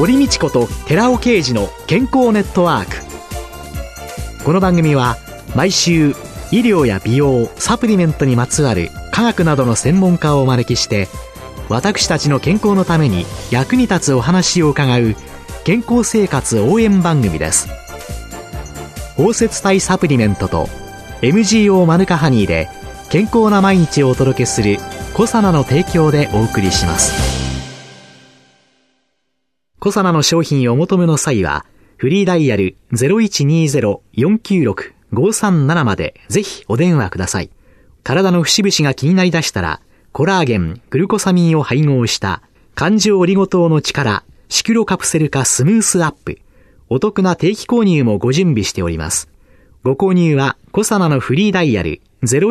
堀道子と寺尾啓二の健康ネットワーク。この番組は毎週医療や美容、サプリメントにまつわる科学などの専門家をお招きして、私たちの健康のために役に立つお話を伺う健康生活応援番組です。包摂体サプリメントと MGO マヌカハニーで健康な毎日をお届けするコサナの提供でお送りします。コサナの商品をお求めの際はフリーダイヤル 0120-496-537 までぜひお電話ください。体の節々が気になりだしたら、コラーゲン、グルコサミンを配合した環状オリゴ糖の力シクロカプセル化スムースアップ、お得な定期購入もご準備しております。ご購入はコサナのフリーダイヤル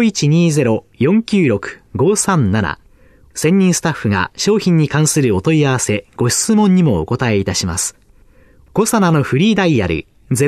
0120-496-537、専任スタッフが商品に関するお問い合わせ、ご質問にもお答えいたします。コサナのフリーダイヤル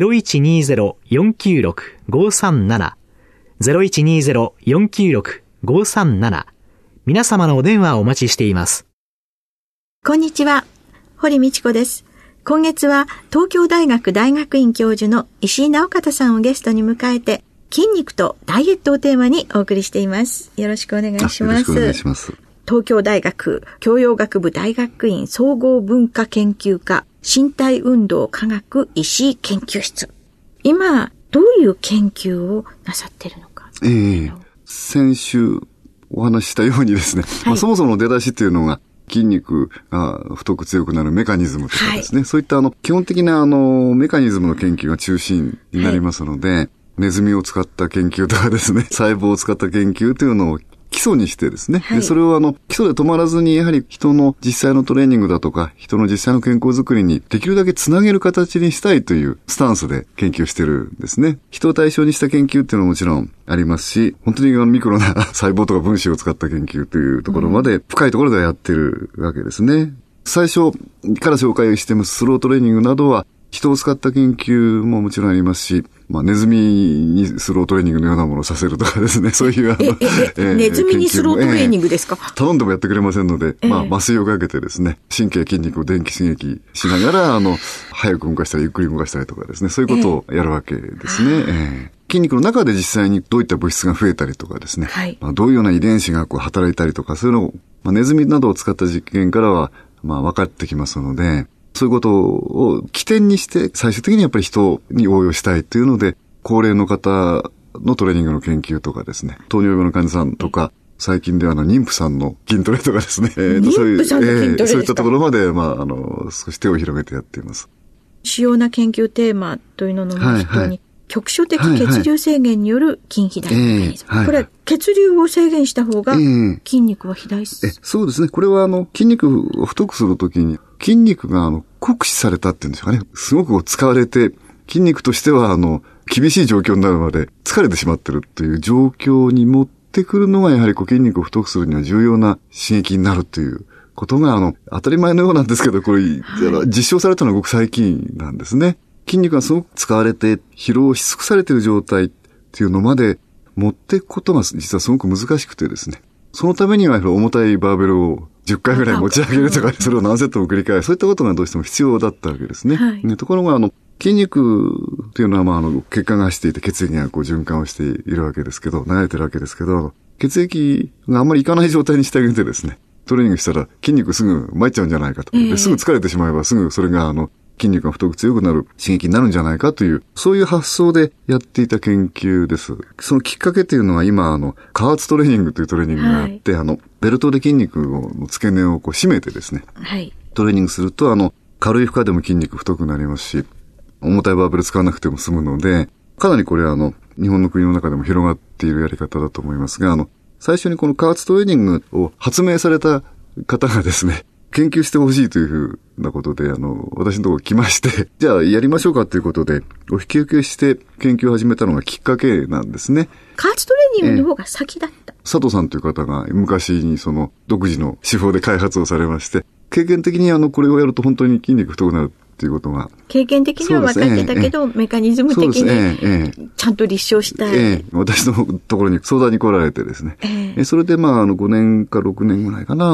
0120-496-537、0120-496-537、皆様のお電話をお待ちしています。 こんにちは、堀道子です。今月は東京大学大学院教授の石井直方さんをゲストに迎えて、筋肉とダイエットをテーマにお送りしています。よろしくお願いします。 よろしくお願いします。 東京大学教養学部大学院総合文化研究科身体運動科学石井研究室。今、どういう研究をなさっているのか。 先週お話ししたようにですね、はい、そもそもの出だしっていうのが筋肉が太く強くなるメカニズムとかですね、はい、そういった基本的なメカニズムの研究が中心になりますので、はい、ネズミを使った研究とかですね、細胞を使った研究というのを基礎にしてですね、はい、でそれを基礎で止まらずにやはり人の実際のトレーニングだとか人の実際の健康づくりにできるだけつなげる形にしたいというスタンスで研究してるんですね。人を対象にした研究っていうのももちろんありますし、本当にミクロな細胞とか分子を使った研究というところまで深いところではやってるわけですね。最初から紹介してますスロートレーニングなどは人を使った研究ももちろんありますし、ネズミにスロートレーニングのようなものをさせるとかですね、そういうネズミにスロートレーニングですか？ 頼んでもやってくれませんので、麻酔をかけてですね、神経筋肉を電気刺激しながら、早く動かしたりゆっくり動かしたりとかですね、そういうことをやるわけですね。筋肉の中で実際にどういった物質が増えたりとかですね、はい、どういうような遺伝子が働いたりとか、そういうのを、ネズミなどを使った実験からは、分かってきますので、そういうことを起点にして最終的にやっぱり人に応用したいというので、高齢の方のトレーニングの研究とかですね、糖尿病の患者さんとか、最近では妊婦さんの筋トレとかですね、 妊婦さんの筋トレですか？ そういったところまで、少し手を広げてやっています。 主要な研究テーマというのの一つに、局所的血流制限による筋肥大メカニズム。これ、血流を制限した方が筋肉は肥大する。 そうですね。これは筋肉を太くするときに筋肉が酷使されたっていうんですかね。すごく使われて、筋肉としては厳しい状況になるまで疲れてしまってるという状況に持ってくるのがやはり筋肉を太くするには重要な刺激になるということが当たり前のようなんですけど、これ実証されたのはごく最近なんですね。筋肉がすごく使われて疲労し尽くされている状態っていうのまで持っていくことが実はすごく難しくてですね。そのためには重たいバーベルを10回ぐらい持ち上げるとか、それを何セットも繰り返す、そういったことがどうしても必要だったわけですね。はい、ところが筋肉というのは血管が走っていて血液が循環をしているわけですけど、流れてるわけですけど、血液があんまりいかない状態にしてあげてですね、トレーニングしたら筋肉すぐ参っちゃうんじゃないかと。ですぐ疲れてしまえばすぐそれが筋肉が太く強くなる刺激になるんじゃないかという、そういう発想でやっていた研究です。そのきっかけというのは今、加圧トレーニングというトレーニングがあって、ベルトで筋肉の付け根を締めてですね、はい、トレーニングすると、軽い負荷でも筋肉太くなりますし、重たいバーベル使わなくても済むので、かなりこれは日本の国の中でも広がっているやり方だと思いますが、最初にこの加圧トレーニングを発明された方がですね、研究してほしいというふうなことで、私のところ来まして、じゃあやりましょうかということで、お引き受けして研究を始めたのがきっかけなんですね。 加圧トレーニングの方が先だった。 佐藤さんという方が昔に独自の手法で開発をされまして、経験的にこれをやると本当に筋肉太くなるっていうことが。 経験的には分かってたけど、メカニズム的にちゃんと立証したい。 私のところに相談に来られてですね。それで5年か6年ぐらいかな、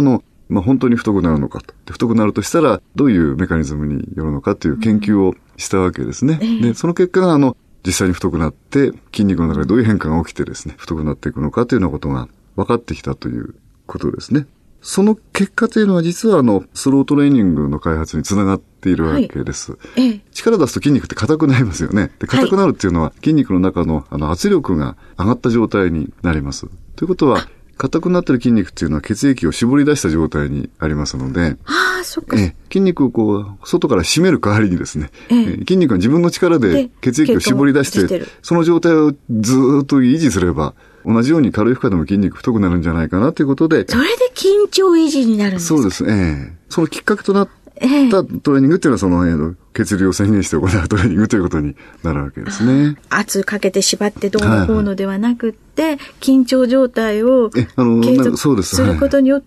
本当に太くなるのかと。で、太くなるとしたら、どういうメカニズムによるのかという研究をしたわけですね。で、その結果が、実際に太くなって、筋肉の中でどういう変化が起きてですね、太くなっていくのかというようなことが分かってきたということですね。その結果というのは実はスロートレーニングの開発につながっているわけです。力出すと筋肉って硬くなりますよね。で、硬くなるっていうのは筋肉の中の圧力が上がった状態になります。ということは、硬くなっている筋肉っていうのは血液を絞り出した状態にありますので、 そっか。 筋肉を外から締める代わりにですね、筋肉が自分の力で血液を絞り出して、その状態をずーっと維持すれば、同じように軽い負荷でも筋肉太くなるんじゃないかなということで。 それで緊張維持になるんですか？ そうですね。そのきっかけとなったトレーニングっていうのは血流を制限して行うトレーニングということになるわけですね。 圧かけて縛ってどうのこうのではなくって、緊張状態を継続することによって、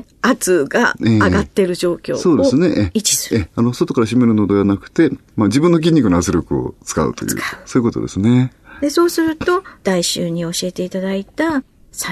圧が上がっている状況を維持する。 外から締めるのではなくて、自分の筋肉の圧力を使うという、そういうことですね。 で、そうすると、来週に教えていただいた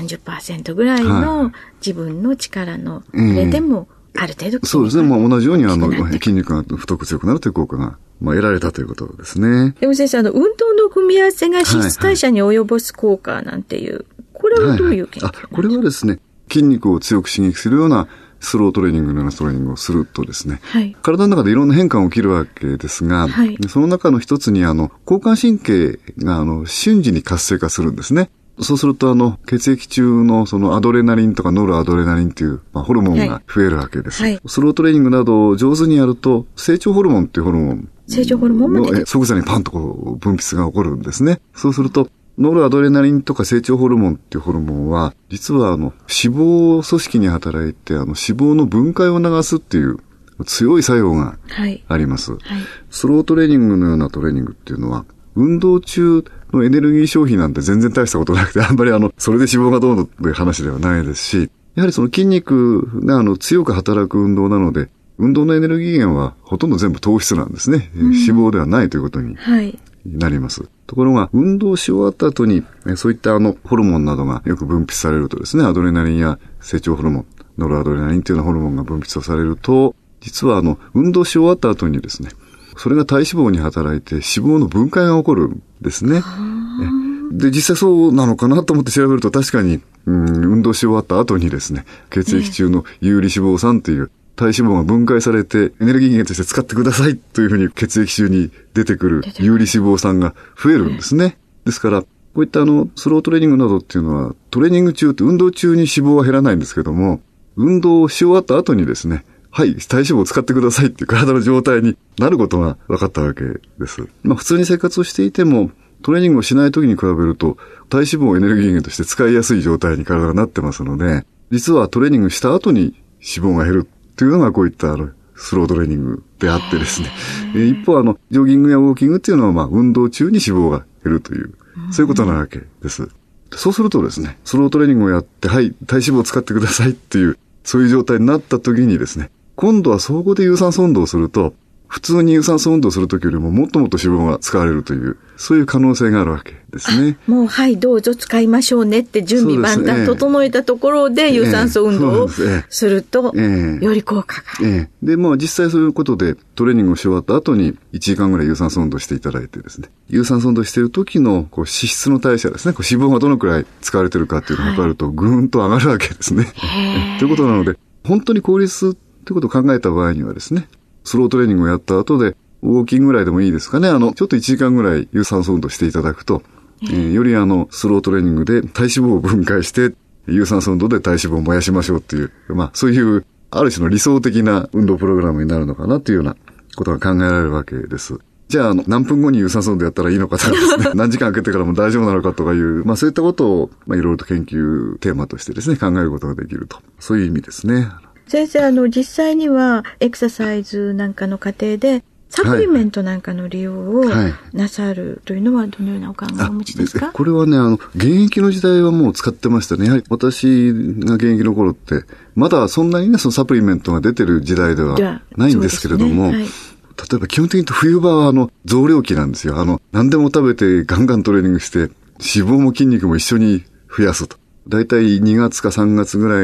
30% ぐらいの自分の力の上でも、ある程度そうですね。同じように筋肉が太く強くなるという効果が、得られたということですね。 でも先生、運動の組み合わせが脂質代謝に及ぼす効果なんていう、これはどういう研究なんですか？ これはですね、筋肉を強く刺激するようなスロートレーニングのようなトレーニングをするとですね、体の中でいろんな変化が起きるわけですが、その中の一つに交感神経が瞬時に活性化するんですね。そうすると血液中のそのアドレナリンとかノルアドレナリンっていう、ホルモンが増えるわけです。スロートレーニングなどを上手にやると、成長ホルモンっていうホルモンの即座にパンと分泌が起こるんですね。そうすると、ノルアドレナリンとか成長ホルモンっていうホルモンは、実は脂肪組織に働いて脂肪の分解を促すっていう強い作用があります。スロートレーニングのようなトレーニングっていうのは、運動中のエネルギー消費なんて全然大したことなくて、あんまりそれで脂肪がどうのという話ではないですし、やはりその筋肉が強く働く運動なので、運動のエネルギー源はほとんど全部糖質なんですね。脂肪ではないということになります。ところが、運動し終わった後に、そういったホルモンなどがよく分泌されるとですね、アドレナリンや成長ホルモン、ノルアドレナリンというようなホルモンが分泌をされると、実は運動し終わった後にですね、それが体脂肪に働いて脂肪の分解が起こるんですね。で、実際そうなのかなと思って調べると確かに、運動し終わった後にですね、血液中の有利脂肪酸という体脂肪が分解されてエネルギー源として使ってくださいというふうに血液中に出てくる有利脂肪酸が増えるんですね。ですから、こういったスロートレーニングなどっていうのは、トレーニング中って運動中に脂肪は減らないんですけども、運動をし終わった後にですね、体脂肪を使ってくださいっていう体の状態になることが分かったわけです。普通に生活をしていても、トレーニングをしない時に比べると、体脂肪をエネルギー源として使いやすい状態に体がなってますので、実はトレーニングした後に脂肪が減るというのがこういったスロートレーニングであってですね。一方ジョギングやウォーキングっていうのは運動中に脂肪が減るという、そういうことなわけです。そうするとですね、スロートレーニングをやって、体脂肪を使ってくださいっていう、そういう状態になった時にですね、今度は相互で有酸素運動をすると、普通に有酸素運動をするときよりももっともっと脂肪が使われるという、そういう可能性があるわけですね。 もうどうぞ使いましょうねって準備万端整えたところで有酸素運動をすると、より効果が。 で、実際そういうことでトレーニングをし終わった後に1時間ぐらい有酸素運動していただいてですね、有酸素運動している時の脂質の代謝ですね、脂肪がどのくらい使われているかっていうのを測るとぐーんと上がるわけですね。ということなので、本当に効率ということを考えた場合にはですね、スロートレーニングをやった後で、ウォーキングぐらいでもいいですかね。ちょっと1時間ぐらい有酸素運動していただくと、よりスロートレーニングで体脂肪を分解して、有酸素運動で体脂肪を燃やしましょうっていう、そういう、ある種の理想的な運動プログラムになるのかなというようなことが考えられるわけです。じゃあ、何分後に有酸素運動やったらいいのかとかですね、何時間空けてからも大丈夫なのかとかいう、そういったことを、いろいろと研究テーマとしてですね、考えることができると。そういう意味ですね。 先生、実際にはエクササイズなんかの過程で、サプリメントなんかの利用をなさるというのはどのようなお考えをお持ちですか？ これはね、現役の時代はもう使ってましたね。やはり私が現役の頃って、まだそんなにね、そのサプリメントが出てる時代ではないんですけれども、例えば基本的に言うと冬場は増量期なんですよ。何でも食べてガンガントレーニングして、脂肪も筋肉も一緒に増やすと。だいたい2月か3月ぐらいに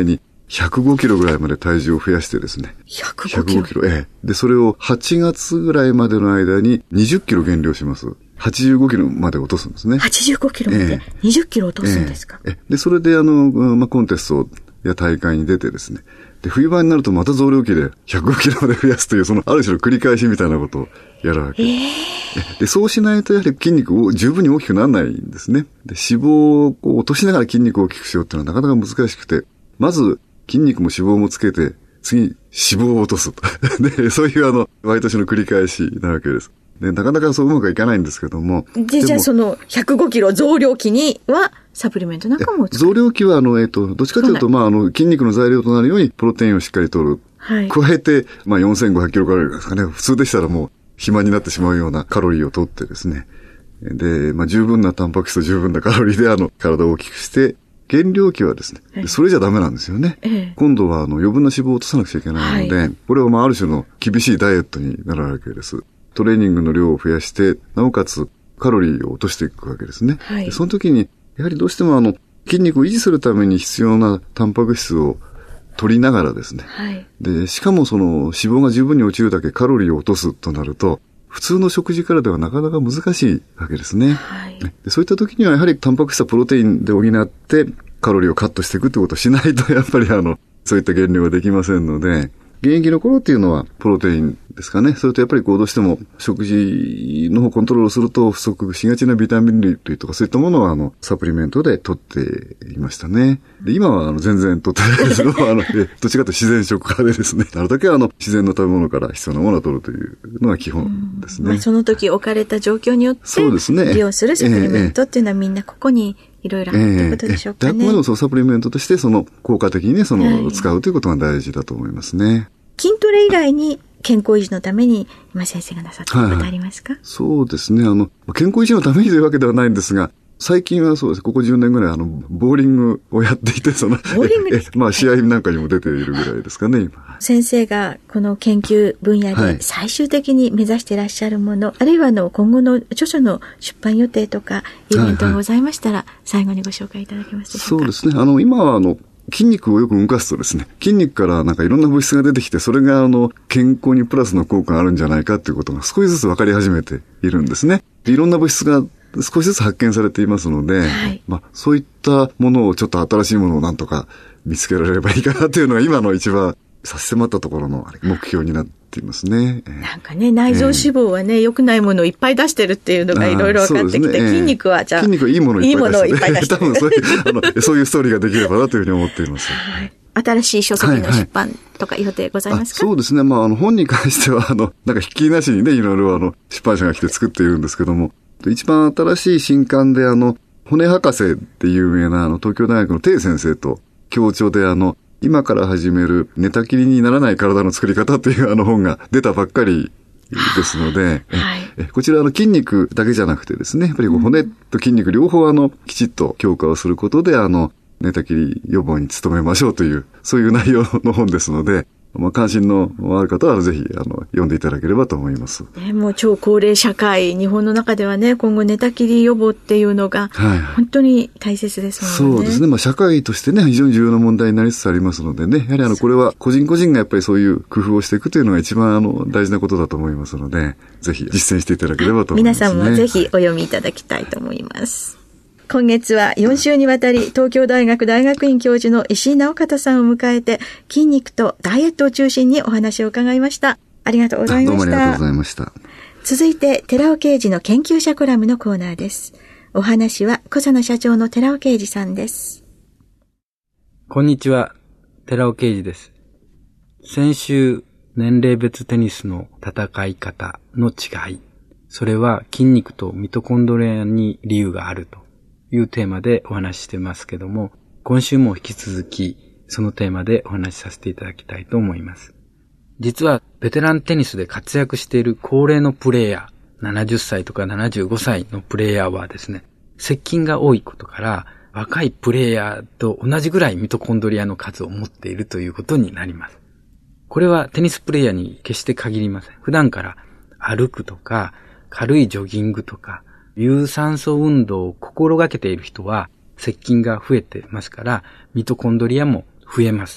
105キロぐらいまで体重を増やしてですね。 105キロ。 105キロ。で、それを8月ぐらいまでの間に20キロ減量します。85キロまで落とすんですね。 85キロまで20キロ落とすんですか。 で、それでコンテストや大会に出てですね。で、冬場になるとまた増量期で105キロまで増やすという、ある種の繰り返しみたいなことをやるわけ。で、そうしないとやはり筋肉を十分に大きくならないんですね。で、脂肪を落としながら筋肉を大きくしようっていうのはなかなか難しくて、まず筋肉も脂肪もつけて、次脂肪を落とす。で、そういう毎年の繰り返しなわけです。で、なかなかそううまくいかないんですけども。 じゃあその105キロ増量期にはサプリメントなんかも使う？ 増量期はどっちかというと、筋肉の材料となるようにプロテインをしっかり取る。 はい。 加えて、4500キロカロリーですかね。普通でしたらもう肥満になってしまうようなカロリーを取ってですね。で、十分なタンパク質と十分なカロリーで体を大きくして、減量期はですね、それじゃダメなんですよね。今度は余分な脂肪を落とさなくちゃいけないので、これはある種の厳しいダイエットになるわけです。トレーニングの量を増やして、なおかつカロリーを落としていくわけですね。でその時に、やはりどうしても筋肉を維持するために必要なタンパク質を取りながらですね。で、しかも脂肪が十分に落ちるだけカロリーを落とすとなると、普通の食事からではなかなか難しいわけですね。でそういった時にはやはりタンパク質はプロテインで補ってカロリーをカットしていくってことをしないとやっぱりそういった減量はできませんので、現役の頃っていうのはプロテインですかね。それとやっぱりどうしても食事の方をコントロールすると不足しがちなビタミン類とかそういったものはサプリメントで取っていましたね。で、今は全然取ってないですけど、どっちかというと自然食家でですね、なるだけ自然の食べ物から必要なものを取るというのが基本ですね。 その時置かれた状況によって利用するサプリメントっていうのはみんなここにいろいろあるってことでしょうかね。 あくまでもサプリメントとして効果的にね、使うということが大事だと思いますね。 筋トレ以外に健康維持のために今先生がなさっていることありますか？ そうですね。健康維持のためにというわけではないんですが、最近はそうです。ここ10年ぐらいボーリングをやっていて、 ボーリングですか？ 試合なんかにも出ているぐらいですかね、今。 先生がこの研究分野で最終的に目指していらっしゃるもの、あるいは今後の著書の出版予定とかイベントがございましたら、最後にご紹介いただけますでしょうか？ そうですね。今は筋肉をよく動かすとですね、筋肉からいろんな物質が出てきて、それが健康にプラスの効果があるんじゃないかということが少しずつ分かり始めているんですね。いろんな物質が少しずつ発見されていますので、そういったものをちょっと新しいものをなんとか見つけられればいいかなというのが今の一番差し迫ったところの目標になっていますね。 なんかね、内臓脂肪はね、良くないものをいっぱい出してるっていうのがいろいろ分かってきて、筋肉はじゃあ、 筋肉はいいものをいっぱい出してる。多分そういうストーリーができればなというふうに思っています。 新しい書籍の出版とか予定ございますか？ そうですね。本に関しては、ひっきりなしにね、いろいろ出版社が来て作っているんですけども、一番新しい新刊で骨博士って有名な東京大学の鄭先生と協調で今から始める寝たきりにならない体の作り方っていう本が出たばっかりですので、こちら筋肉だけじゃなくてですね、やっぱり骨と筋肉両方きちっと強化をすることで寝たきり予防に努めましょうという、そういう内容の本ですので、関心のある方はぜひ読んでいただければと思います。 もう超高齢社会、日本の中ではね、今後寝たきり予防っていうのが本当に大切ですもんね。 そうですね。社会としてね、非常に重要な問題になりつつありますのでね、やはりこれは個人個人がやっぱりそういう工夫をしていくというのが一番大事なことだと思いますので、ぜひ実践していただければと思いますね。 皆さんもぜひお読みいただきたいと思います。今月は4週にわたり東京大学大学院教授の石井直方さんを迎えて筋肉とダイエットを中心にお話を伺いました。ありがとうございました。 どうもありがとうございました。 続いて寺尾啓二の研究者コラムのコーナーです。お話は小佐野社長の寺尾啓二さんです。 こんにちは、寺尾啓二です。先週年齢別テニスの戦い方の違い、それは筋肉とミトコンドリアに理由があるというテーマでお話ししてますけども、今週も引き続きそのテーマでお話しさせていただきたいと思います。実はベテランテニスで活躍している高齢のプレイヤー、70歳とか75歳のプレイヤーはですね、接近が多いことから若いプレイヤーと同じぐらいミトコンドリアの数を持っているということになります。これはテニスプレイヤーに決して限りません。普段から歩くとか軽いジョギングとか有酸素運動を心がけている人は接近が増えてますから、ミトコンドリアも増えます。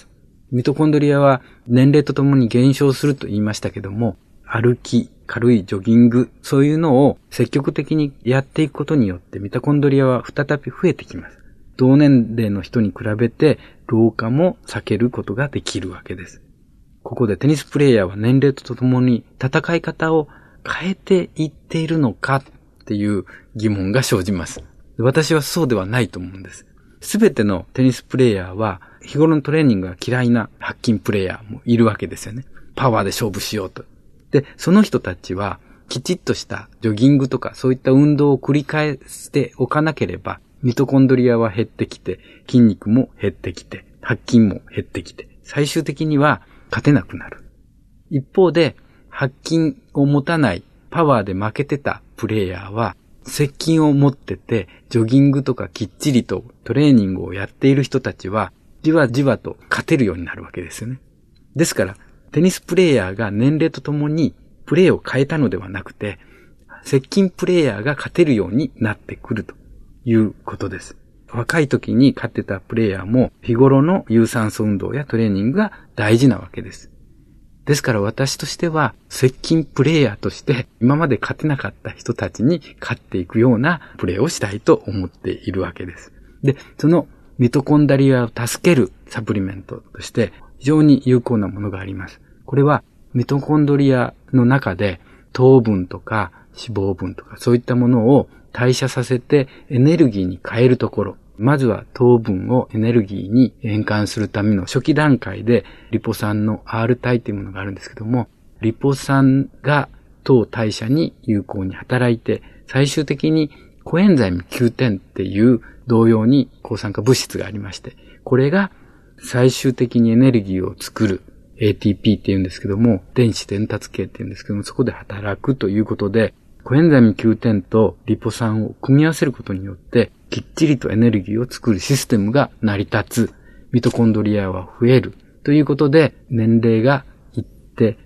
ミトコンドリアは年齢とともに減少すると言いましたけども、歩き、軽いジョギング、そういうのを積極的にやっていくことによってミトコンドリアは再び増えてきます。同年齢の人に比べて老化も避けることができるわけです。ここでテニスプレイヤーは年齢とともに戦い方を変えていっているのかっていう疑問が生じます。私はそうではないと思うんです。すべてのテニスプレイヤーは日頃のトレーニングが嫌いな白筋プレイヤーもいるわけですよね。パワーで勝負しようと。で、その人たちはきちっとしたジョギングとかそういった運動を繰り返しておかなければ、ミトコンドリアは減ってきて、筋肉も減ってきて、白筋も減ってきて、最終的には勝てなくなる。一方で、白筋を持たないパワーで負けてたプレイヤーは、接筋を持ってて、ジョギングとかきっちりとトレーニングをやっている人たちは、じわじわと勝てるようになるわけですよね。ですから、テニスプレイヤーが年齢とともにプレーを変えたのではなくて、接近プレイヤーが勝てるようになってくるということです。若い時に勝ってたプレイヤーも日頃の有酸素運動やトレーニングが大事なわけです。ですから私としては接近プレイヤーとして今まで勝てなかった人たちに勝っていくようなプレーをしたいと思っているわけです。で、そのミトコンドリアを助けるサプリメントとして非常に有効なものがあります。これはミトコンドリアの中で糖分とか脂肪分とかそういったものを代謝させてエネルギーに変えるところ。まずは糖分をエネルギーに変換するための初期段階でリポ酸の R 体というものがあるんですけども、リポ酸が糖代謝に有効に働いて最終的にコエンザイムQ10っていう同様に抗酸化物質がありまして、これが最終的にエネルギーを作る ATP って言うんですけども、電子伝達系って言うんですけども、そこで働くということで、コエンザイムQ10とリポ酸を組み合わせることによって、きっちりとエネルギーを作るシステムが成り立つ。ミトコンドリアは増える。ということで、年齢がいって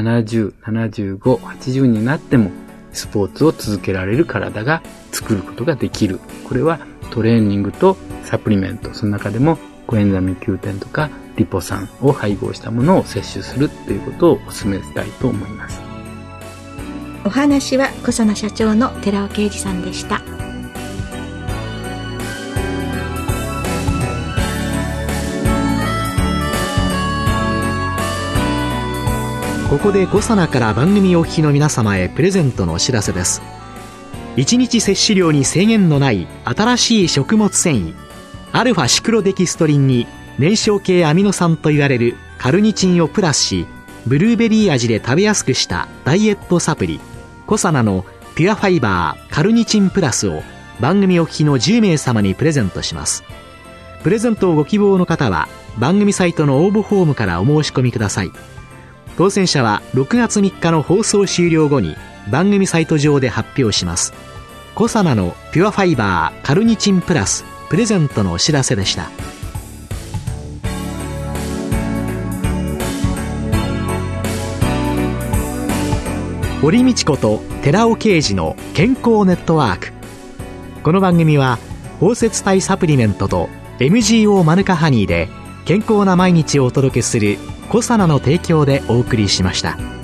70、75、80になっても、スポーツを続けられる体が作ることができる。これはトレーニングとサプリメント、その中でもコエンザイムQ10とかリポ酸を配合したものを摂取するということをお勧めしたいと思います。 お話は小佐奈社長の寺尾啓二さんでした。 ここで小佐奈から番組お聞きの皆様へプレゼントのお知らせです。1日摂取量に制限のない新しい食物繊維アルファシクロデキストリンに燃焼系アミノ酸といわれるカルニチンをプラスし、ブルーベリー味で食べやすくしたダイエットサプリコサナのピュアファイバーカルニチンプラスを番組お聞きの10名様にプレゼントします。プレゼントをご希望の方は番組サイトの応募フォームからお申し込みください。当選者は6月3日の放送終了後に番組サイト上で発表します。コサナのピュアファイバーカルニチンプラスプレゼントのお知らせでした。堀道子と寺尾啓二の健康ネットワーク。この番組は包摂体サプリメントと MGO マヌカハニーで健康な毎日をお届けするコサナの提供でお送りしました。